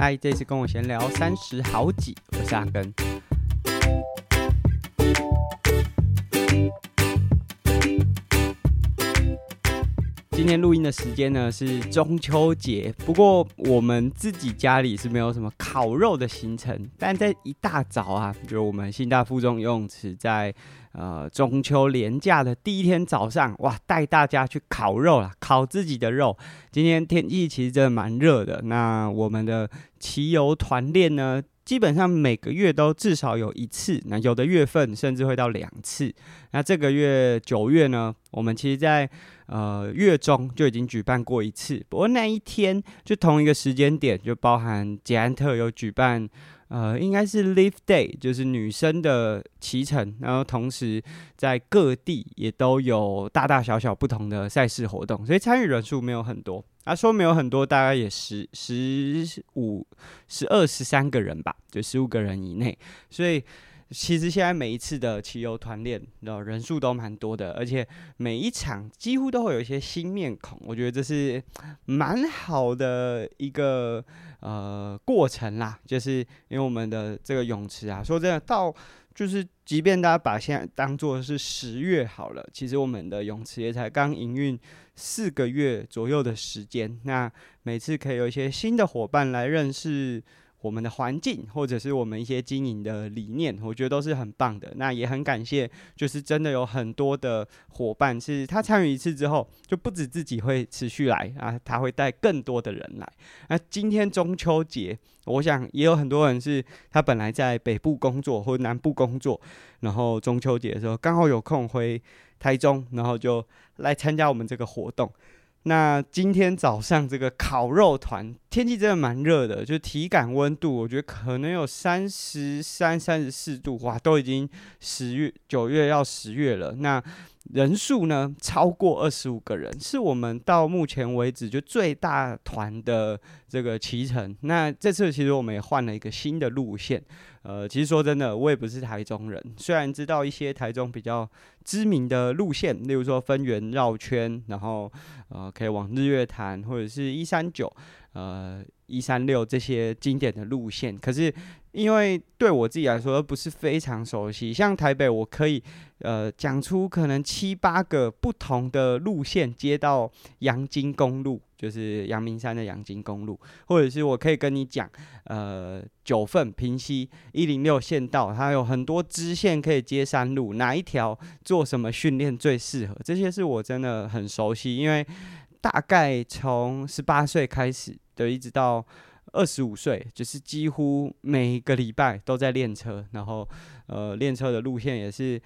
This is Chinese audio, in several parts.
嗨，这次跟我闲聊30好几，我是阿根。今天录音的时间呢是中秋节，不过我们自己家里是没有什么烤肉的行程，但在一大早啊，就我们新大附中游泳池在中秋连假的第一天早上，哇，带大家去烤肉啦，烤自己的肉。今天天气其实真的蛮热的，那我们的骑游团练呢，基本上每个月都至少有一次，那有的月份甚至会到2次。那这个月9月呢，我们其实在月中就已经举办过一次，不过那一天就同一个时间点，就包含捷安特有举办应该是 Live Day， 就是女生的骑乘，然后同时在各地也都有大大小小不同的赛事活动，所以参与人数没有很多。说没有很多，大概也15、12、13个人吧，就15个人以内。所以其实现在每一次的骑游团练人数都蛮多的，而且每一场几乎都会有一些新面孔，我觉得这是蛮好的一个过程啦。就是因为我们的这个泳池啊，说真的，到就是即便大家把现在当作是10月好了，其实我们的泳池也才刚营运4个月左右的时间。那每次可以有一些新的伙伴来认识我们的环境，或者是我们一些经营的理念，我觉得都是很棒的。那也很感谢，就是真的有很多的伙伴是他参与一次之后，就不止自己会持续来啊，他会带更多的人来。那今天中秋节，我想也有很多人是他本来在北部工作或南部工作，然后中秋节的时候刚好有空回台中，然后就来参加我们这个活动。那今天早上这个烤肉团，天气真的蛮热的，就体感温度，我觉得可能有33、34度，哇，都已经9月要10月了。那人数呢超过25个人，是我们到目前为止就最大团的这个骑乘。那这次其实我们也换了一个新的路线。其实说真的，我也不是台中人，虽然知道一些台中比较知名的路线，例如说分园绕圈，然后可以往日月潭或者是139、136这些经典的路线，可是因为对我自己来说不是非常熟悉，像台北我可以讲出可能7、8个不同的路线接到阳金公路，就是阳明山的阳金公路，或者是我可以跟你讲9份平溪106县道，它有很多支线可以接山路，哪一条做什么训练最适合，这些是我真的很熟悉，因为大概从18岁开始的，一直到25岁，就是几乎每个礼拜都在练车，然后练车的路线也是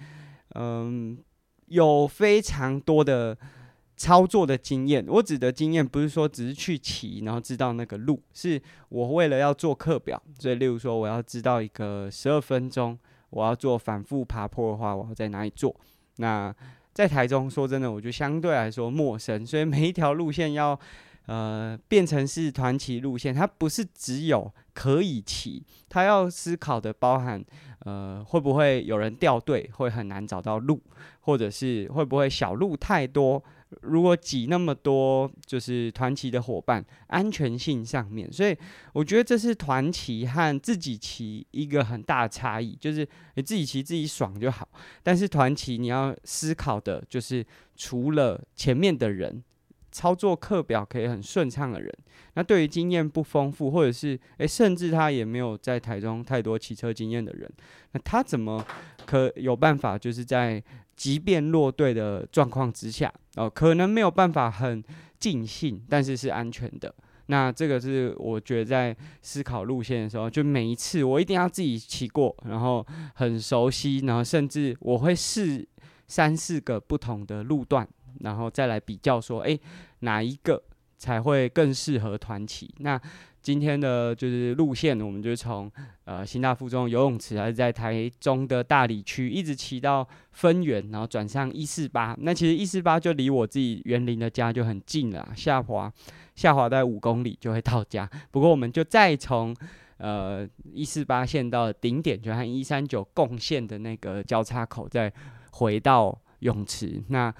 有非常多的操作的经验。我指的经验不是说只是去骑然后知道那个路，是我为了要做课表，所以例如说我要知道一个12分钟我要做反复爬坡的话，我要在哪里做。那在台中说真的，我觉得相对来说陌生，所以每一条路线要变成是团骑路线，它不是只有可以骑，它要思考的包含会不会有人掉队，会很难找到路，或者是会不会小路太多，如果挤那么多就是团骑的伙伴，安全性上面，所以我觉得这是团骑和自己骑一个很大的差异，就是你自己骑自己爽就好，但是团骑你要思考的就是除了前面的人，操作课表可以很顺畅的人，那对于经验不丰富，或者是甚至他也没有在台中太多骑车经验的人，那他怎么有办法就是在即便落队的状况之下，可能没有办法很尽兴，但是是安全的。那这个是我觉得在思考路线的时候，就每一次我一定要自己骑过，然后很熟悉，然后甚至我会试3、4个不同的路段，然后再来比较说，哪一个才会更适合团骑。那今天的就是路线，我们就从新大附中游泳池，还是在台中的大里区，一直骑到分园，然后转上148。那其实148就离我自己园林的家就很近了，下滑大概5公里就会到家。不过我们就再从148线到顶点，就和139共线的那个交叉口，再回到泳池。那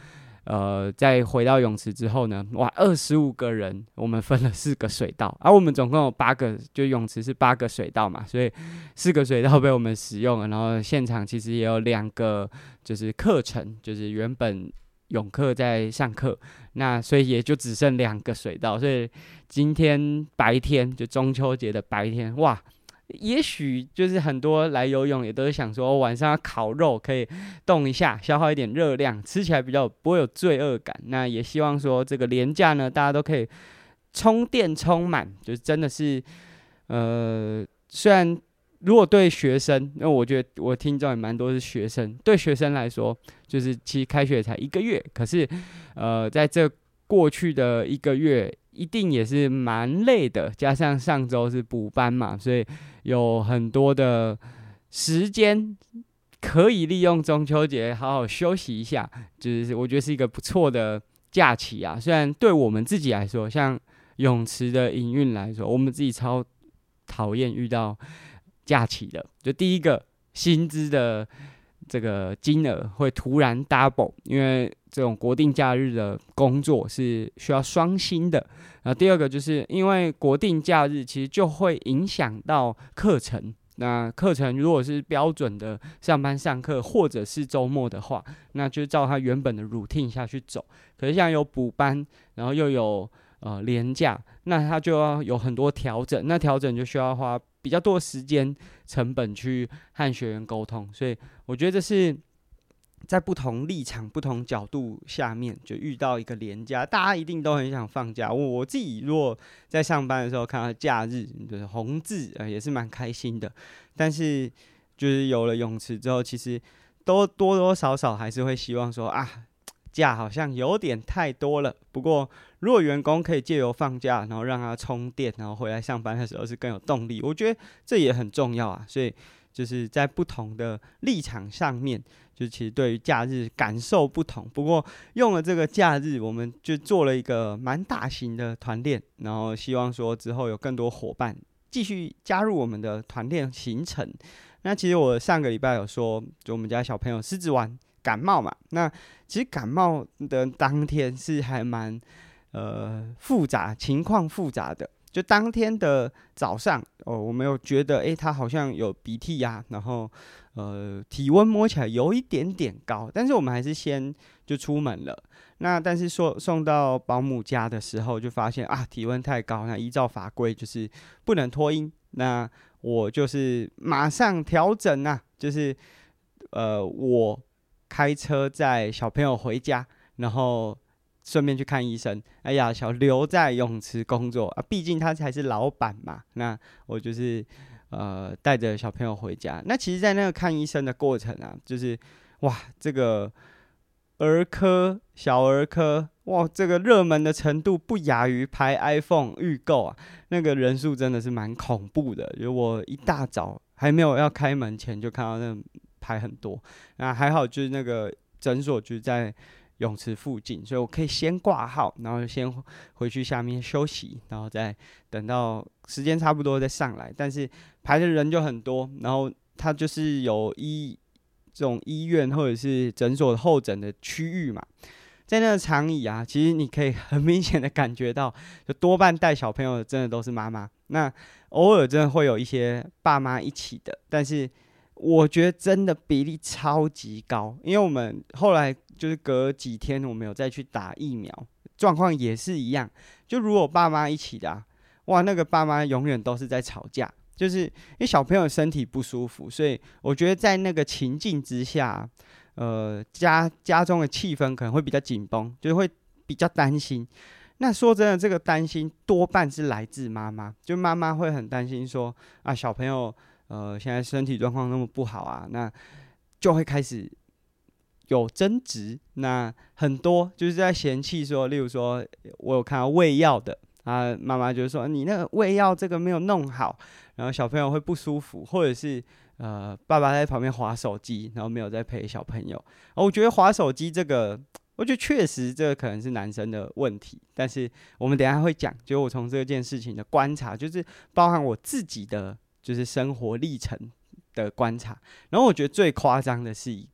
再回到泳池之后呢，哇，25个人，我们分了4个水道，我们总共有8个，就泳池是8个水道嘛，所以4个水道被我们使用了，然后现场其实也有2个就是课程，就是原本泳课在上课，那所以也就只剩2个水道，所以今天白天就中秋节的白天，哇！也许就是很多来游泳也都是想说，晚上要烤肉可以动一下，消耗一点热量，吃起来比较不会有罪恶感。那也希望说这个连假呢，大家都可以充电充满，就是真的是虽然如果对学生，因为我觉得我听众也蛮多是学生，对学生来说，就是其实开学才1个月，可是在这过去的1个月。一定也是蛮累的，加上上周是补班嘛，所以有很多的时间可以利用中秋节好好休息一下，就是我觉得是一个不错的假期啊。虽然对我们自己来说，像泳池的营运来说，我们自己超讨厌遇到假期的，就第一个薪资的这个金额会突然 double， 因为这种国定假日的工作是需要双薪的。然后第二个就是因为国定假日其实就会影响到课程，那课程如果是标准的上班上课或者是周末的话，那就照他原本的 routine 下去走。可是像有补班，然后又有连假，那他就要有很多调整，那调整就需要花比较多的时间成本去和学员沟通，所以我觉得这是在不同立场、不同角度下面，就遇到一个连假，大家一定都很想放假。我自己如果在上班的时候看到假日，就是红字，也是蛮开心的。但是就是有了泳池之后，其实都多多少少还是会希望说假好像有点太多了。不过如果员工可以借由放假，然后让他充电，然后回来上班的时候是更有动力，我觉得这也很重要啊。所以就是在不同的立场上面，就其实对于假日感受不同。不过用了这个假日，我们就做了一个蛮大型的团练，然后希望说之后有更多伙伴继续加入我们的团练行程。那其实我上个礼拜有说，就我们家小朋友狮子丸感冒嘛，那其实感冒的当天是还蛮复杂，情况复杂的。就当天的早上，我们有觉得，他好像有鼻涕呀，然后体温摸起来有一点点高，但是我们还是先就出门了。那但是送到保姆家的时候，就发现体温太高，那依照法规就是不能托婴。那我就是马上调整就是我开车载小朋友回家，然后顺便去看医生。小留在泳池工作毕竟他才是老板嘛。那我就是带着小朋友回家。那其实，在那个看医生的过程就是这个小儿科这个热门的程度不亚于排 iPhone 预购那个人数真的是蛮恐怖的。就我一大早还没有要开门前，就看到那排很多。那还好，就是那个诊所就是在泳池附近，所以我可以先挂号，然后先回去下面休息，然后再等到时间差不多再上来。但是排的人就很多，然后他就是有这种医院或者是诊所候诊的区域嘛，在那个长椅其实你可以很明显的感觉到，就多半带小朋友的真的都是妈妈。那偶尔真的会有一些爸妈一起的，但是我觉得真的比例超级高，因为我们后来就是隔几天我们有再去打疫苗，状况也是一样。就如果爸妈一起的那个爸妈永远都是在吵架，就是因为小朋友身体不舒服，所以我觉得在那个情境之下，家中的气氛可能会比较紧绷，就是会比较担心。那说真的，这个担心多半是来自妈妈，就妈妈会很担心说小朋友现在身体状况那么不好那就会开始有争执。那很多就是在嫌弃说，例如说我有看到喂药的妈妈就说你那个喂药这个没有弄好，然后小朋友会不舒服，或者是爸爸在旁边滑手机，然后没有在陪小朋友。我觉得滑手机这个，我觉得确实这个可能是男生的问题，但是我们等一下会讲，就我从这件事情的观察，就是包含我自己的就是生活历程的观察。然后我觉得最夸张的是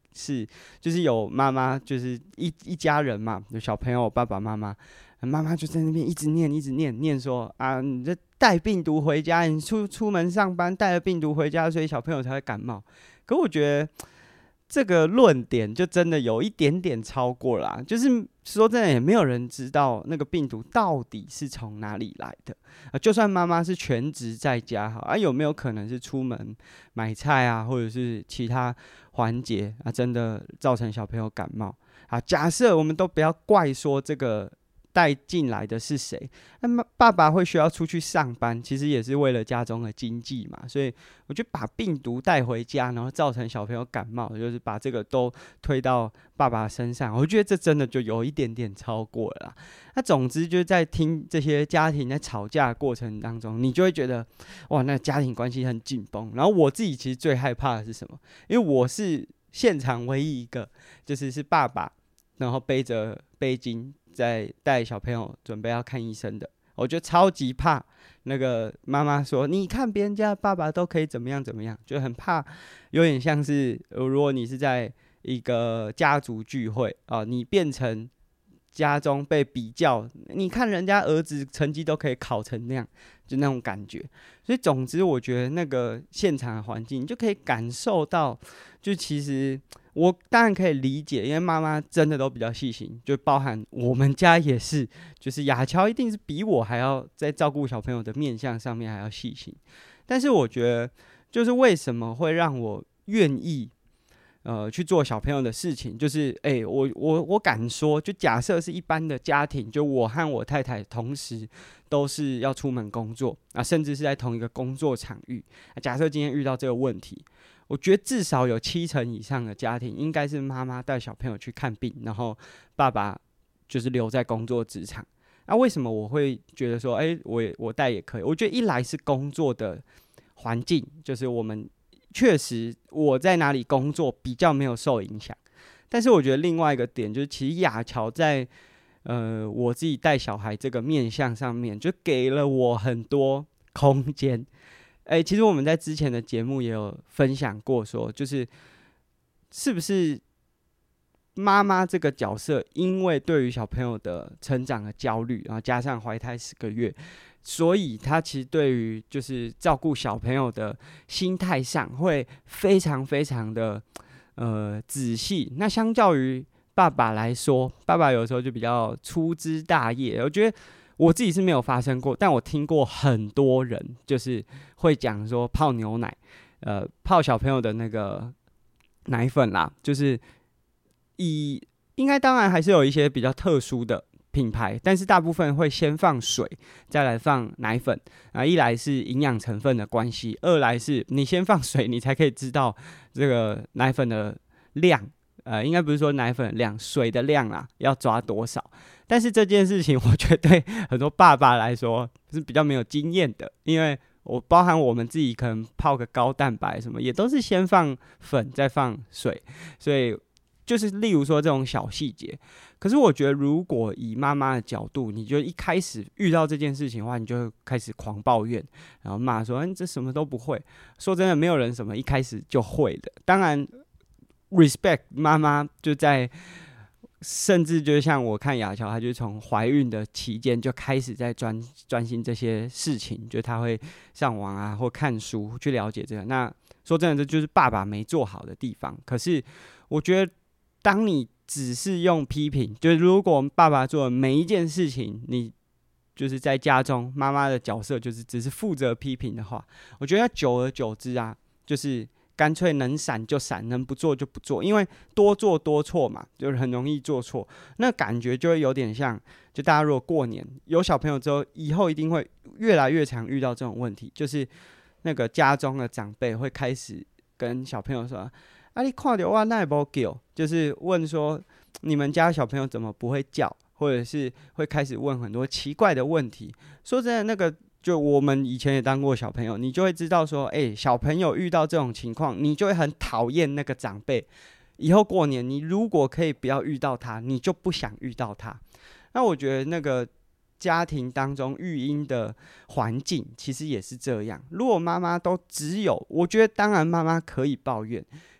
是，就是有妈妈，就是一家人嘛，有小朋友，爸爸妈妈，妈妈就在那边一直念说啊，你这带病毒回家，你出门上班带了病毒回家，所以小朋友才会感冒。可我觉得这个论点就真的有一点点超过啦，就是说真的，也没有人知道那个病毒到底是从哪里来的啊。就算妈妈是全职在家好啊，有没有可能是出门买菜啊，或者是其他环节啊，真的造成小朋友感冒啊？假设我们都不要怪说这个带进来的是谁？那么爸爸会需要出去上班，其实也是为了家中的经济嘛。所以我就把病毒带回家，然后造成小朋友感冒，就是把这个都推到爸爸身上。我觉得这真的就有一点点超过了啦。那总之就是在听这些家庭在吵架的过程当中，你就会觉得哇，那家庭关系很紧绷。然后我自己其实最害怕的是什么？因为我是现场唯一一个，是爸爸，然后背着背巾在带小朋友准备要看医生的。我就超级怕那个妈妈说，你看别人家的爸爸都可以怎么样怎么样，就很怕，有点像是如果你是在一个家族聚会啊，你变成家中被比较，你看人家儿子成绩都可以考成那样，就那种感觉。所以总之我觉得那个现场的环境，你就可以感受到，就其实我当然可以理解，因为妈妈真的都比较细心，就包含我们家也是，就是雅乔一定是比我还要在照顾小朋友的面向上面还要细心。但是我觉得，就是为什么会让我愿意去做小朋友的事情，就是我敢说，就假设是一般的家庭，就我和我太太同时都是要出门工作啊，甚至是在同一个工作场域。假设今天遇到这个问题，我觉得至少有70%以上的家庭应该是妈妈带小朋友去看病，然后爸爸就是留在工作职场。那为什么我会觉得说，我带也可以？我觉得一来是工作的环境，就是我们确实我在哪里工作比较没有受影响，但是我觉得另外一个点就是，其实雅乔在我自己带小孩这个面向上面，就给了我很多空间。其实我们在之前的节目也有分享过说，就是是不是妈妈这个角色，因为对于小朋友的成长的焦虑，然后加上怀胎10个月，所以他其实对于就是照顾小朋友的心态上会非常非常的仔细。那相较于爸爸来说，爸爸有时候就比较粗枝大叶。我觉得我自己是没有发生过，但我听过很多人就是会讲说泡牛奶，泡小朋友的那个奶粉啦，就是应该当然还是有一些比较特殊的品牌，但是大部分会先放水，再来放奶粉啊。一来是营养成分的关系，二来是你先放水，你才可以知道这个奶粉的量。应该不是说奶粉的量，水的量啦，要抓多少？但是这件事情，我觉得对很多爸爸来说是比较没有经验的，因为包含我们自己可能泡个高蛋白什么，也都是先放粉再放水，所以就是例如说这种小细节。可是我觉得，如果以妈妈的角度，你就一开始遇到这件事情的话，你就开始狂抱怨，然后骂说：“这什么都不会。”说真的，没有人什么一开始就会的。当然 ，respect 妈妈就在。甚至就像我看雅乔，她就从怀孕的期间就开始在专心这些事情，就她会上网啊或看书去了解这个。那说真的，这就是爸爸没做好的地方。可是我觉得，当你只是用批评，就是如果爸爸做的每一件事情，你就是在家中妈妈的角色就是只是负责批评的话，我觉得久而久之啊，就是干脆能闪就闪，能不做就不做，因为多做多错嘛，就是很容易做错。那感觉就会有点像，就大家如果过年有小朋友之后，以后一定会越来越常遇到这种问题，就是那个家中的长辈会开始跟小朋友说：“啊，你看到我哪会不叫？”就是问说你们家小朋友怎么不会叫，或者是会开始问很多奇怪的问题。说真的，那个。就我们以前也当过小朋友，你就会知道说，小朋友遇到这种情况，你就会很讨厌那个长辈。以后过年，你如果可以不要遇到他，你就不想遇到他。那我觉得那个家庭当中育婴的环境其实也是这样。如果妈妈都只有，我觉得当然妈妈可以抱怨，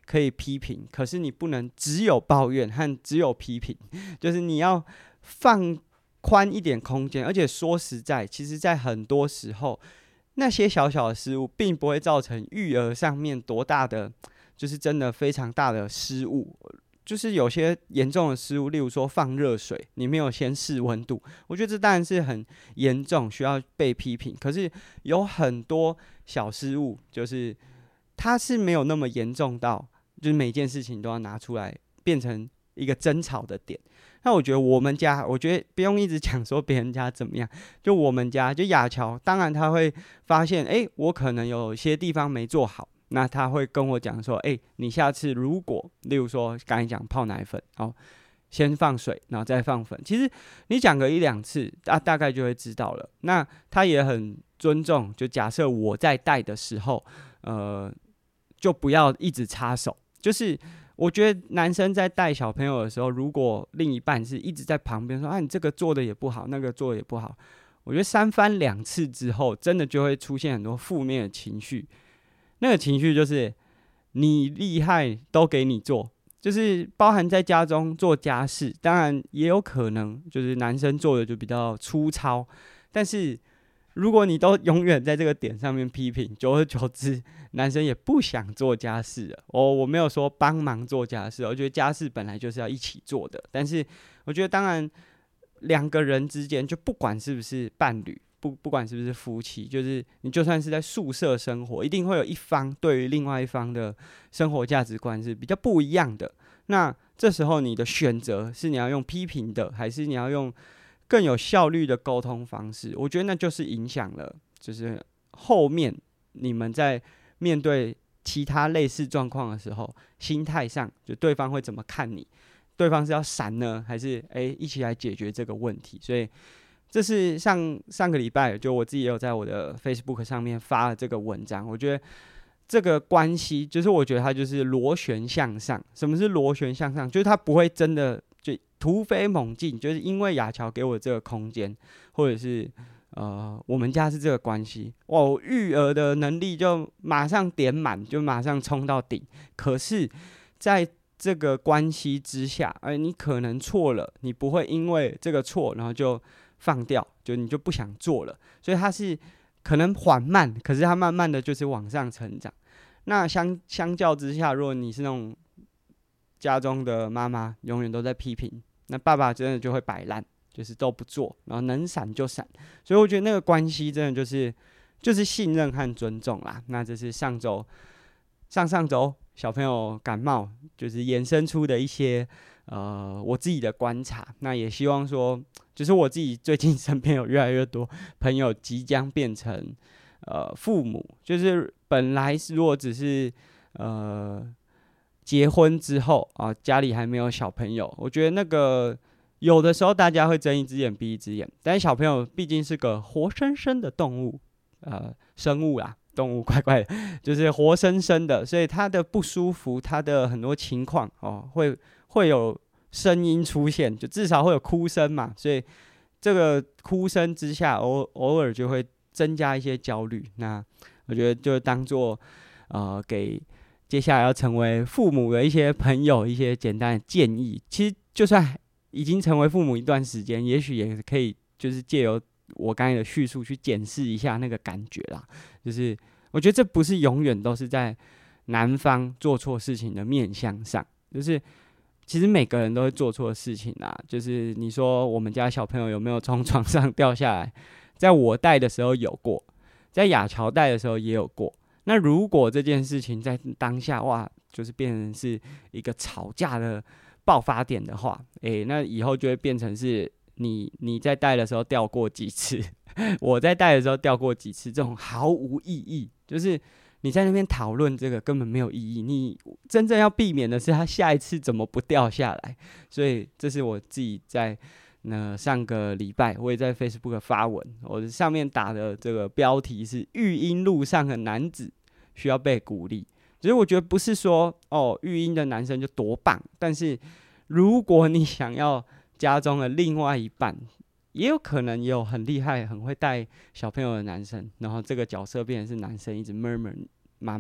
可以批评，可是你不能只有抱怨和只有批评，就是你要放宽一点空间。而且说实在，其实在很多时候，那些小小的失误并不会造成育儿上面多大的，就是真的非常大的失误。就是有些严重的失误，例如说放热水，你没有先试温度，我觉得这当然是很严重，需要被批评。可是有很多小失误，就是它是没有那么严重到，就是每件事情都要拿出来变成一个争吵的点。那我觉得我们家，我觉得不用一直讲说别人家怎么样，就我们家，就亚乔，当然他会发现，我可能有些地方没做好。那他会跟我讲说，你下次如果，例如说刚才讲泡奶粉，先放水，然后再放粉，其实你讲个1-2次，大概就会知道了。那他也很尊重，就假设我在带的时候，就不要一直插手。就是我觉得男生在带小朋友的时候，如果另一半是一直在旁边说，你这个做的也不好，那个做的也不好，我觉得3番2次之后，真的就会出现很多负面的情绪。那个情绪就是你厉害都给你做，就是包含在家中做家事，当然也有可能就是男生做的就比较粗糙，但是如果你都永远在这个点上面批评，久而久之，男生也不想做家事了。我没有说帮忙做家事，我觉得家事本来就是要一起做的，但是我觉得当然2个人之间，就不管是不是伴侣。不管是不是夫妻，就是你就算是在宿舍生活，一定会有一方对于另外一方的生活价值观是比较不一样的。那这时候你的选择是你要用批评的，还是你要用更有效率的沟通方式？我觉得那就是影响了，就是后面你们在面对其他类似状况的时候，心态上就对方会怎么看你？对方是要闪呢，还是一起来解决这个问题？所以。这是上个礼拜，就我自己也有在我的 Facebook 上面发了这个文章。我觉得这个关系，就是我觉得它就是螺旋向上。什么是螺旋向上？就是它不会真的就突飞猛进，就是因为亚乔给我这个空间，或者是我们家是这个关系，我育儿的能力就马上点满，就马上冲到顶。可是，在这个关系之下，你可能错了，你不会因为这个错，然后就放掉，就你就不想做了，所以它是可能缓慢，可是它慢慢的就是往上成长。那相较之下，如果你是那种家中的妈妈，永远都在批评，那爸爸真的就会摆烂，就是都不做，然后能闪就闪。所以我觉得那个关系真的就是信任和尊重啦。那这是上周小朋友感冒，就是衍生出的一些我自己的观察。那也希望说，就是我自己最近身边有越来越多朋友即将变成父母，就是本来如果只是结婚之后家里还没有小朋友，我觉得那个有的时候大家会睁一只眼闭一只眼，但是小朋友毕竟是个活生生的动物，生物啦。动物怪怪的，就是活生生的，所以他的不舒服，他的很多情况会有声音出现，就至少会有哭声嘛，所以这个哭声之下，偶尔就会增加一些焦虑。那我觉得就当做给接下来要成为父母的一些朋友一些简单的建议。其实就算已经成为父母一段时间，也许也可以就是借由我刚才的叙述去检视一下那个感觉啦。就是我觉得这不是永远都是在男方做错事情的面向上，就是其实每个人都会做错事情啦。就是你说我们家小朋友有没有从床上掉下来，在我带的时候有过，在亚乔带的时候也有过。那如果这件事情在当下就是变成是一个吵架的爆发点的话，那以后就会变成是你在带的时候掉过几次，我在带的时候掉过几次，这种毫无意义。就是你在那边讨论这个根本没有意义，你真正要避免的是他下一次怎么不掉下来。所以这是我自己在上个礼拜我也在 Facebook 发文，我上面打的这个标题是育婴路上的男子需要被鼓励。所以我觉得不是说育婴的男生就多棒，但是如果你想要家中的另外一半，也有可能也有很厉害很会带小朋友的男生，然后这个角色变成是男生一直 murmur 妈妈，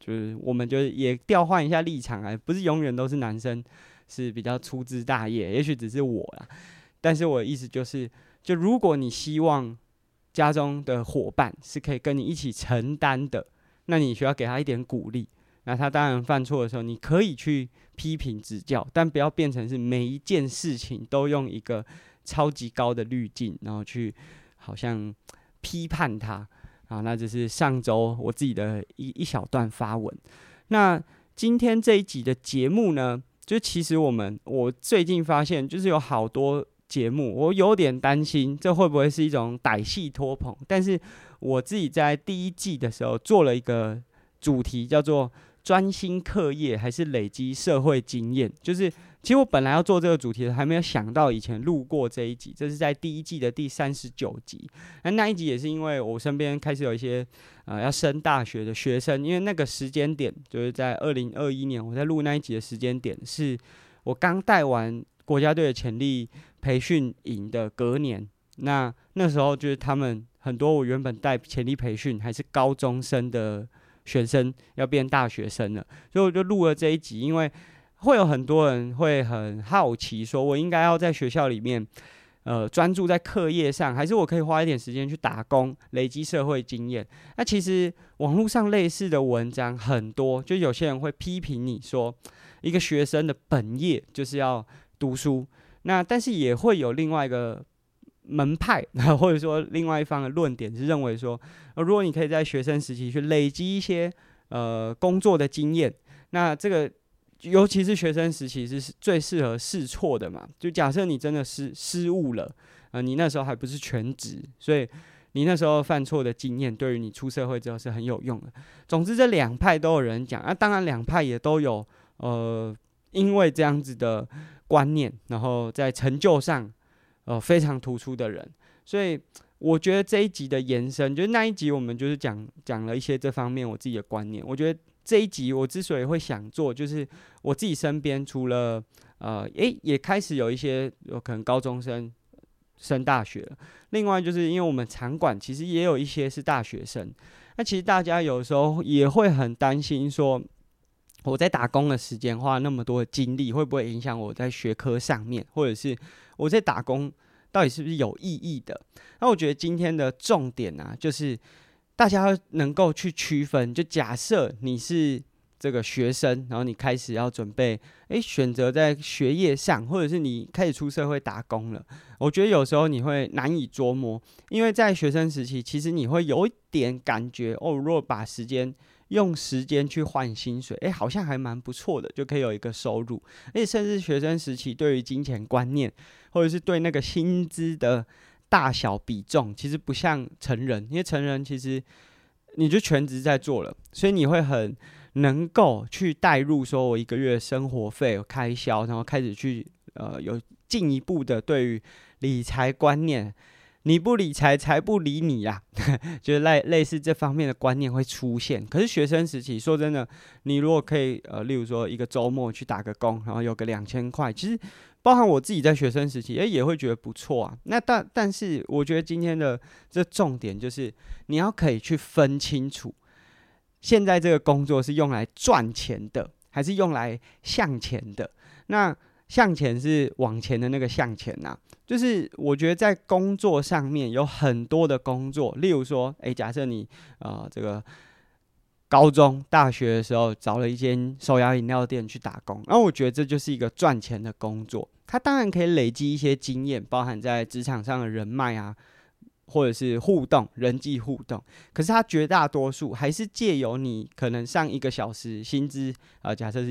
就是我们就是也调换一下立场啊，不是永远都是男生是比较粗枝大叶，也许只是我啦。但是我的意思就是，就如果你希望家中的伙伴是可以跟你一起承担的，那你需要给他一点鼓励。那他当然犯错的时候，你可以去批评指教，但不要变成是每一件事情都用一个超级高的滤镜，然后去好像批判他。好，那这是上周我自己的一小段发文。那今天这一集的节目呢，就其实我最近发现，就是有好多节目，我有点担心这会不会是一种歹戏拖棚。但是我自己在第一季的时候做了一个主题，叫做专心课业还是累积社会经验。就是其实我本来要做这个主题的，还没有想到以前录过这一集，这是在第一季的第39集。那一集也是因为我身边开始有一些要升大学的学生，因为那个时间点就是在2021年，我在录那一集的时间点是我刚带完国家队的潜力培训营的隔年。那时候就是他们很多我原本带潜力培训还是高中生的学生要变大学生了，所以我就录了这一集。因为会有很多人会很好奇，说我应该要在学校里面专注在课业上，还是我可以花一点时间去打工，累积社会经验。那其实网络上类似的文章很多，就有些人会批评你说，一个学生的本业就是要读书。那但是也会有另外一个门派，或者说另外一方的论点是认为说，如果你可以在学生时期去累积一些工作的经验，那这个尤其是学生时期是最适合试错的嘛。就假设你真的失误了，你那时候还不是全职，所以你那时候犯错的经验，对于你出社会之后是很有用的。总之，这两派都有人讲，当然两派也都有因为这样子的观念，然后在成就上非常突出的人。所以我觉得这一集的延伸，就是那一集我们就是讲了一些这方面我自己的观念。我觉得这一集我之所以会想做，就是我自己身边除了也开始有一些有可能高中生升大学了，另外就是因为我们场馆其实也有一些是大学生。那其实大家有时候也会很担心说，我在打工的时间花那么多的精力，会不会影响我在学科上面，或者是我在打工到底是不是有意义的？那我觉得今天的重点啊，就是大家能够去区分。就假设你是这个学生，然后你开始要准备选择在学业上，或者是你开始出社会打工了，我觉得有时候你会难以捉摸。因为在学生时期，其实你会有一点感觉如果把用时间去换薪水，好像还蛮不错的，就可以有一个收入。而且甚至学生时期对于金钱观念，或者是对那个薪资的大小比重，其实不像成人。因为成人其实你就全职在做了，所以你会很能够去带入说我一个月生活费有开销，然后开始去有进一步的对于理财观念，你不理财财不理你啊就是类似这方面的观念会出现。可是学生时期说真的，你如果可以例如说一个周末去打个工，然后有个2000块，其实包含我自己在学生时期也会觉得不错啊。那但是我觉得今天的这重点就是你要可以去分清楚，现在这个工作是用来赚钱的，还是用来向前的。那向前是往前的那个向前啊，就是我觉得在工作上面有很多的工作，例如说假设你这个高中大学的时候找了一间手摇饮料店去打工，然后我觉得这就是一个赚钱的工作。它当然可以累积一些经验，包含在职场上的人脉啊，或者是人际互动。可是它绝大多数还是借由你可能上1个小时薪资假设是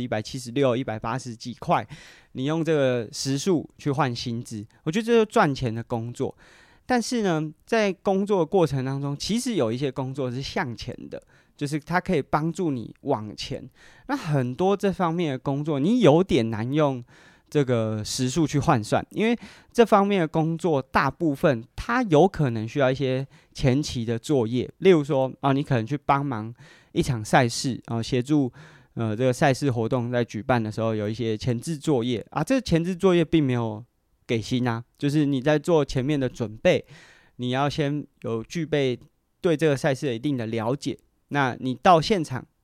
176、180几块，你用这个时数去换薪资，我觉得这就是赚钱的工作。但是呢，在工作的过程当中，其实有一些工作是向前的，就是它可以帮助你往前。那很多这方面的工作，你有点难用这个时数去换算，因为这方面的工作大部分它有可能需要一些前期的作业，例如说你可能去帮忙一场赛事，协助这个赛事活动在举办的时候有一些前置作业啊。这个前置作业并没有给薪啊，就是你在做前面的准备，你要先有具备对这个赛事的一定的了解，那你到现场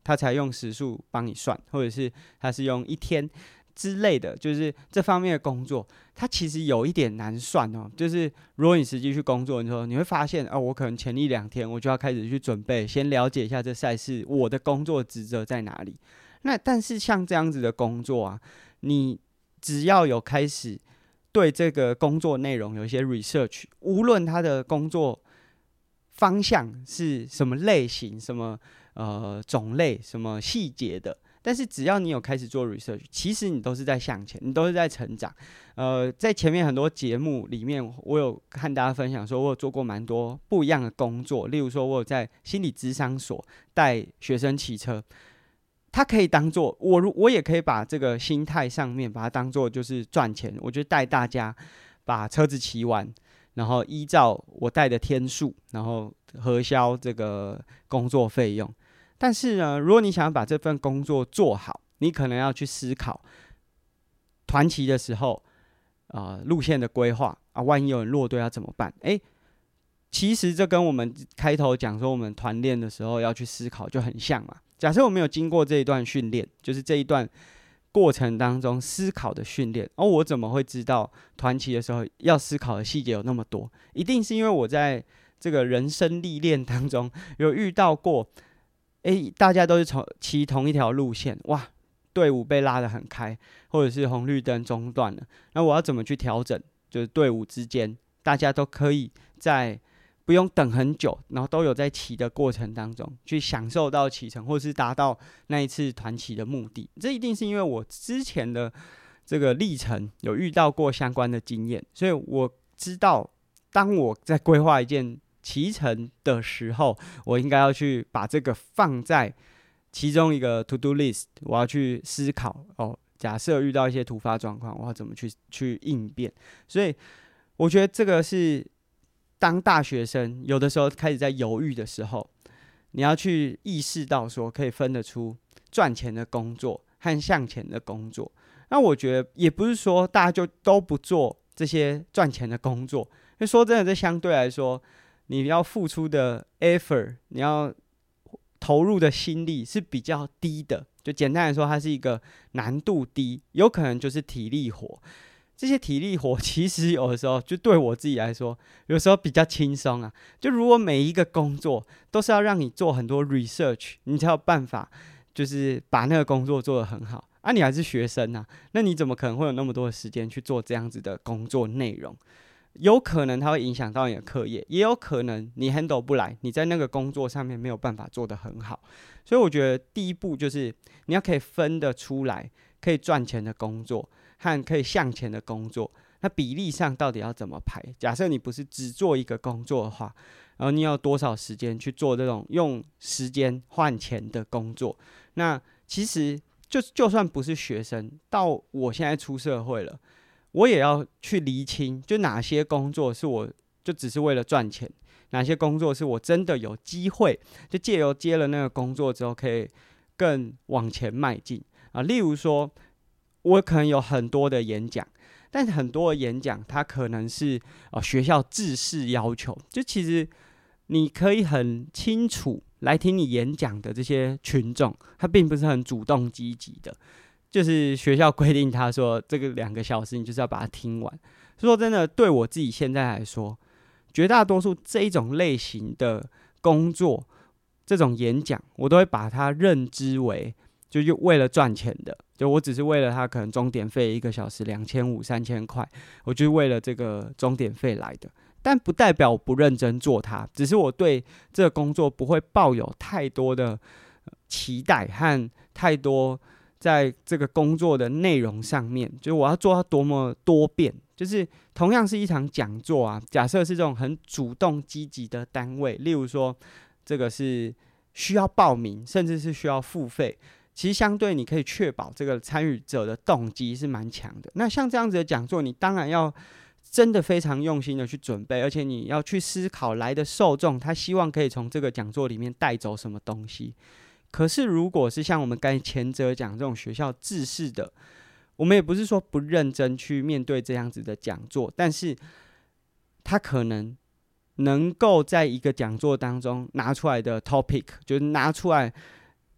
他才用时数帮你算，或者是他是用1天之类的，就是这方面的工作，它其实有一点难算哦。就是如果你实际去工作的时候，你会发现，我可能前1-2天我就要开始去准备，先了解一下这赛事我的工作职责在哪里。那但是像这样子的工作啊，你只要有开始对这个工作内容有一些 research， 无论他的工作方向是什么类型、什么种类、什么细节的，但是只要你有开始做 research， 其实你都是在向前，你都是在成长。在前面很多节目里面，我有和大家分享说，我有做过蛮多不一样的工作，例如说，我有在心理咨商所带学生骑车。它可以当做我也可以把这个心态上面把它当做就是赚钱，我就带大家把车子骑完，然后依照我带的天数，然后核销这个工作费用。但是呢，如果你想要把这份工作做好，你可能要去思考团骑的时候路线的规划啊，万一有人落队要怎么办？其实这跟我们开头讲说我们团练的时候要去思考就很像嘛。假设我没有经过这一段训练，就是这一段过程当中思考的训练，我怎么会知道团骑的时候要思考的细节有那么多？一定是因为我在这个人生历练当中有遇到过，大家都是骑同一条路线，哇，队伍被拉得很开，或者是红绿灯中断了，那我要怎么去调整？就是队伍之间大家都可以在不用等很久，然后都有在骑的过程当中去享受到骑乘，或是达到那一次团骑的目的。这一定是因为我之前的这个历程有遇到过相关的经验，所以我知道当我在规划一件骑乘的时候，我应该要去把这个放在其中一个 to do list， 我要去思考假设遇到一些突发状况，我要怎么去应变。所以我觉得这个是当大学生有的时候开始在犹豫的时候，你要去意识到说可以分得出赚钱的工作和向前的工作。那我觉得也不是说大家就都不做这些赚钱的工作，因为说真的，这相对来说你要付出的 effort， 你要投入的心力是比较低的。就简单来说，它是一个难度低，有可能就是体力活。这些体力活其实有的时候就对我自己来说，有时候比较轻松啊。就如果每一个工作都是要让你做很多 research， 你才有办法就是把那个工作做得很好啊。你还是学生啊，那你怎么可能会有那么多的时间去做这样子的工作内容？有可能它会影响到你的课业，也有可能你 handle 不来，你在那个工作上面没有办法做得很好。所以我觉得第一步就是你要可以分得出来可以赚钱的工作和可以向前的工作，那比例上到底要怎么排？假设你不是只做一个工作的话，然后你要多少时间去做这种用时间换钱的工作？那其实就算不是学生，到我现在出社会了，我也要去厘清，就哪些工作是我就只是为了赚钱，哪些工作是我真的有机会，就借由接了那个工作之后，可以更往前迈进啊。例如说，我可能有很多的演讲，但是很多的演讲它可能是学校制式要求，就其实你可以很清楚来听你演讲的这些群众，他并不是很主动积极的，就是学校规定他说这个2个小时你就是要把它听完。说真的，对我自己现在来说，绝大多数这一种类型的工作，这种演讲，我都会把它认知为就为了赚钱的，就我只是为了他可能钟点费1个小时2500、3000块，我就是为了这个钟点费来的。但不代表我不认真做它，只是我对这个工作不会抱有太多的期待和太多在这个工作的内容上面，就是我要做到多么多变。就是同样是一场讲座啊，假设是这种很主动积极的单位，例如说这个是需要报名，甚至是需要付费，其实相对你可以确保这个参与者的动机是蛮强的。那像这样子的讲座，你当然要真的非常用心的去准备，而且你要去思考来的受众他希望可以从这个讲座里面带走什么东西。可是如果是像我们刚才前者讲这种学校制式的，我们也不是说不认真去面对这样子的讲座，但是他可能能够在一个讲座当中拿出来的 topic， 就是拿出来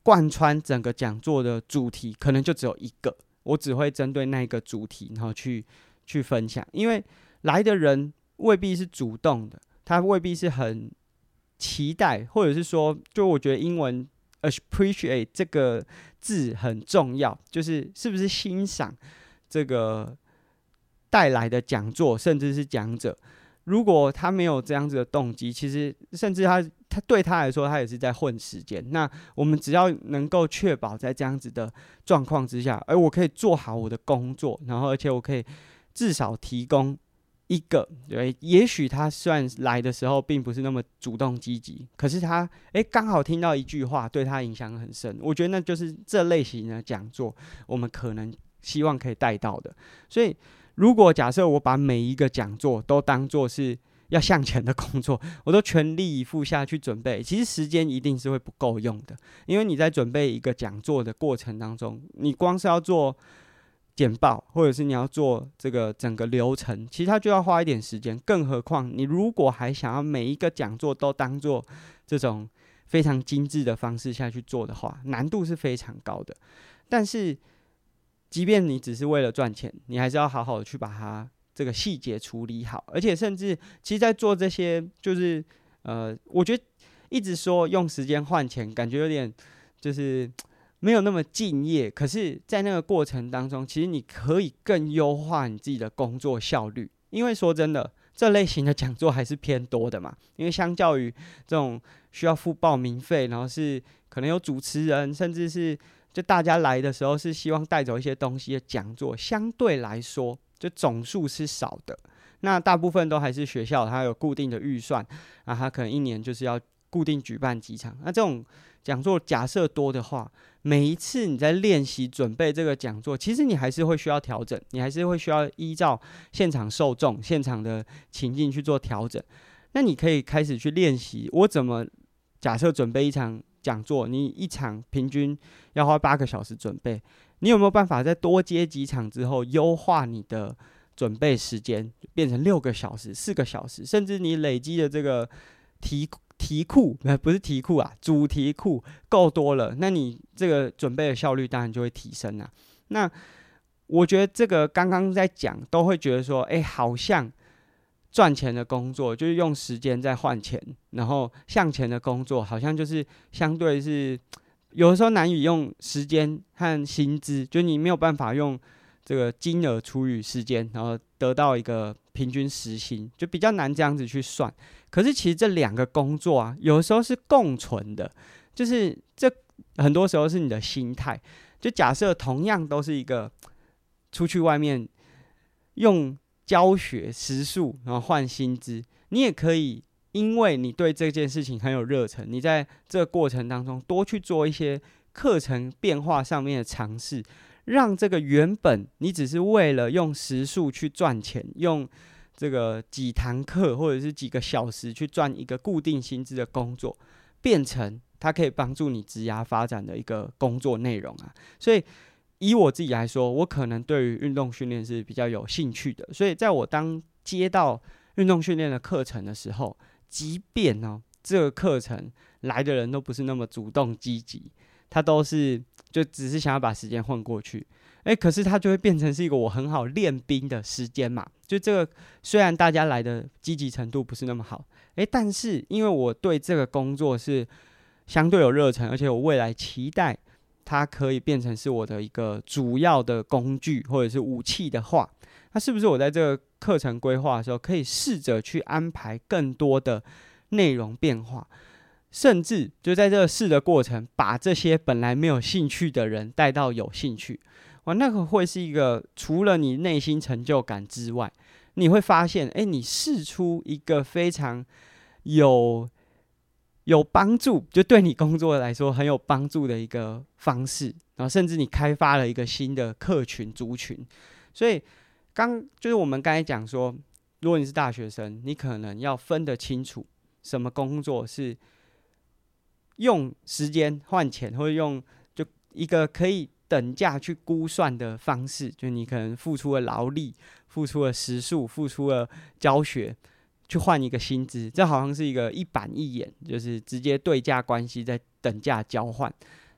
贯穿整个讲座的主题可能就只有一个，我只会针对那一个主题，然后去分享。因为来的人未必是主动的，他未必是很期待，或者是说，就我觉得英文 appreciate 这个字很重要，就是是不是欣赏这个带来的讲座，甚至是讲者。如果他没有这样子的动机，其实甚至他对他来说，他也是在混时间。那我们只要能够确保在这样子的状况之下，我可以做好我的工作，然后而且我可以至少提供一个，对，也许他虽然来的时候并不是那么主动积极，可是他刚好听到一句话对他影响很深，我觉得那就是这类型的讲座我们可能希望可以带到的。所以如果假设我把每一个讲座都当作是要向前的工作，我都全力以赴下去准备，其实时间一定是会不够用的。因为你在准备一个讲座的过程当中，你光是要做简报，或者是你要做这个整个流程，其实它就要花一点时间。更何况你如果还想要每一个讲座都当做这种非常精致的方式下去做的话，难度是非常高的。但是即便你只是为了赚钱，你还是要好好的去把它这个细节处理好。而且甚至其实在做这些，就是我觉得一直说用时间换钱，感觉有点就是没有那么敬业。可是在那个过程当中，其实你可以更优化你自己的工作效率。因为说真的，这类型的讲座还是偏多的嘛，因为相较于这种需要付报名费，然后是可能有主持人，甚至是就大家来的时候是希望带走一些东西的讲座，相对来说就总数是少的。那大部分都还是学校它有固定的预算，它可能一年就是要固定举办几场。那这种讲座假设多的话，每一次你在练习准备这个讲座，其实你还是会需要调整，你还是会需要依照现场受众、现场的情境去做调整。那你可以开始去练习，我怎么假设准备一场讲座，你一场平均要花8个小时准备，你有没有办法在多接几场之后，优化你的准备时间，变成6个小时、4个小时，甚至你累积的这个题库，不是题库啊，主题库够多了，那你这个准备的效率当然就会提升啊。那我觉得这个刚刚在讲，都会觉得说，好像赚钱的工作就是用时间在换钱，然后向前的工作好像就是相对是有的时候难以用时间和薪资，就你没有办法用这个金额除以时间，然后得到一个平均时薪，就比较难这样子去算。可是其实这2个工作啊，有的时候是共存的，就是这很多时候是你的心态。就假设同样都是一个出去外面用教学时数然后换薪资，你也可以因为你对这件事情很有热忱，你在这个过程当中多去做一些课程变化上面的尝试，让这个原本你只是为了用时数去赚钱，用这个几堂课或者是几个小时去赚一个固定薪资的工作，变成它可以帮助你职涯发展的一个工作内容啊。所以以我自己来说，我可能对于运动训练是比较有兴趣的，所以在我当接到运动训练的课程的时候，即便这个课程来的人都不是那么主动积极，他都是就只是想要把时间混过去，可是它就会变成是一个我很好练兵的时间嘛。就这个虽然大家来的积极程度不是那么好，但是因为我对这个工作是相对有热忱，而且我未来期待它可以变成是我的一个主要的工具或者是武器的话，那是不是我在这个课程规划的时候可以试着去安排更多的内容变化，甚至就在这个试的过程，把这些本来没有兴趣的人带到有兴趣。那个会是一个除了你内心成就感之外，你会发现你试出一个非常有帮助，就对你工作来说很有帮助的一个方式，然后甚至你开发了一个新的客群族群。所以就是我们刚才讲说，如果你是大学生，你可能要分得清楚什么工作是用时间换钱，或者用就一个可以等价去估算的方式，就你可能付出了劳力、付出了时数、付出了教学，去换一个薪资，这好像是一个一板一眼，就是直接对价关系在等价交换。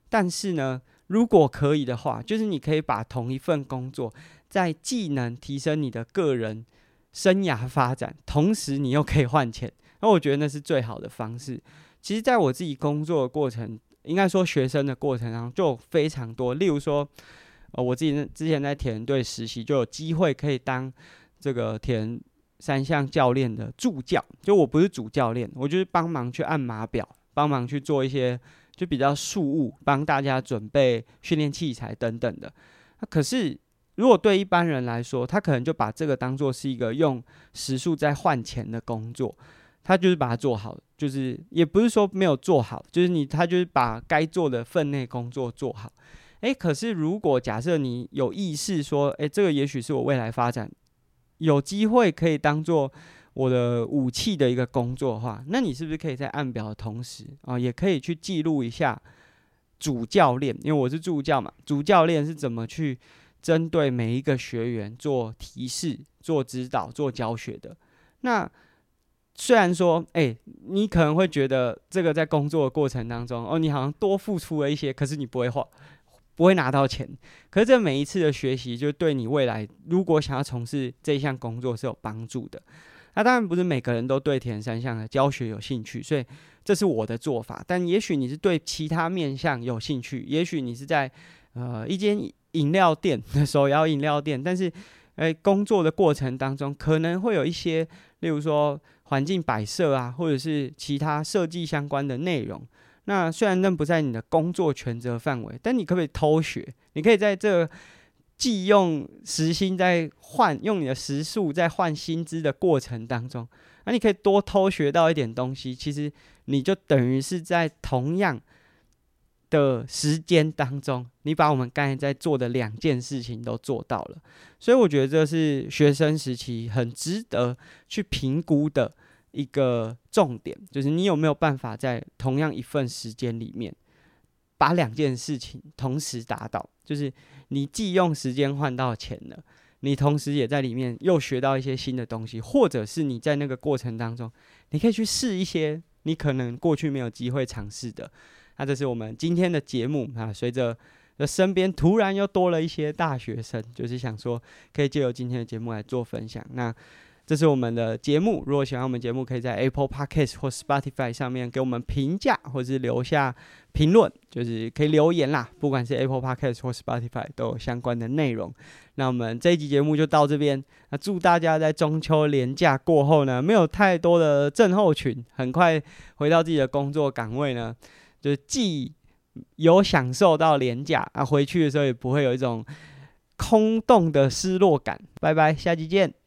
但是呢，如果可以的话，就是你可以把同一份工作在既能提升你的个人生涯发展，同时你又可以换钱，那我觉得那是最好的方式。其实在我自己工作的过程，应该说学生的过程上就有非常多，例如说我自己之前在铁人队实习，就有机会可以当这个铁人3项教练的助教，就我不是主教练，我就是帮忙去按码表，帮忙去做一些就比较事务，帮大家准备训练器材等等的。可是如果对一般人来说，他可能就把这个当作是一个用时数在换钱的工作，他就是把它做好，就是也不是说没有做好，就是他就是把该做的分内工作做好。可是如果假设你有意识说，这个也许是我未来发展有机会可以当做我的武器的一个工作的话，那你是不是可以在按表的同时也可以去记录一下主教练，因为我是助教嘛，主教练是怎么去针对每一个学员做提示、做指导、做教学的。那虽然说，你可能会觉得这个在工作的过程当中，你好像多付出了一些，可是你不会拿到钱。可是这每一次的学习，就对你未来如果想要从事这一项工作是有帮助的。那当然不是每个人都对铁人3项的教学有兴趣，所以这是我的做法。但也许你是对其他面向有兴趣，也许你是在一间饮料店的手摇饮料店，但是工作的过程当中可能会有一些，例如说环境摆设啊，或者是其他设计相关的内容。那虽然那不在你的工作权责范围，但你可不可以偷学？你可以在这个既用时薪在用你的时数在换薪资的过程当中，你可以多偷学到一点东西。其实你就等于是在同样的时间当中，你把我们刚才在做的2件事情都做到了。所以我觉得这是学生时期很值得去评估的一个重点，就是你有没有办法在同样一份时间里面把2件事情同时达到，就是你既用时间换到钱了，你同时也在里面又学到一些新的东西，或者是你在那个过程当中，你可以去试一些你可能过去没有机会尝试的。那这是我们今天的节目啊，随着身边突然又多了一些大学生，就是想说可以借由今天的节目来做分享。那这是我们的节目，如果喜欢我们节目，可以在 Apple Podcast 或 Spotify 上面给我们评价，或是留下评论，就是可以留言啦。不管是 Apple Podcast 或 Spotify 都有相关的内容。那我们这一集节目就到这边。那祝大家在中秋连假过后呢，没有太多的症候群，很快回到自己的工作岗位呢，就是既有享受到连假回去的时候也不会有一种空洞的失落感。拜拜，下期见。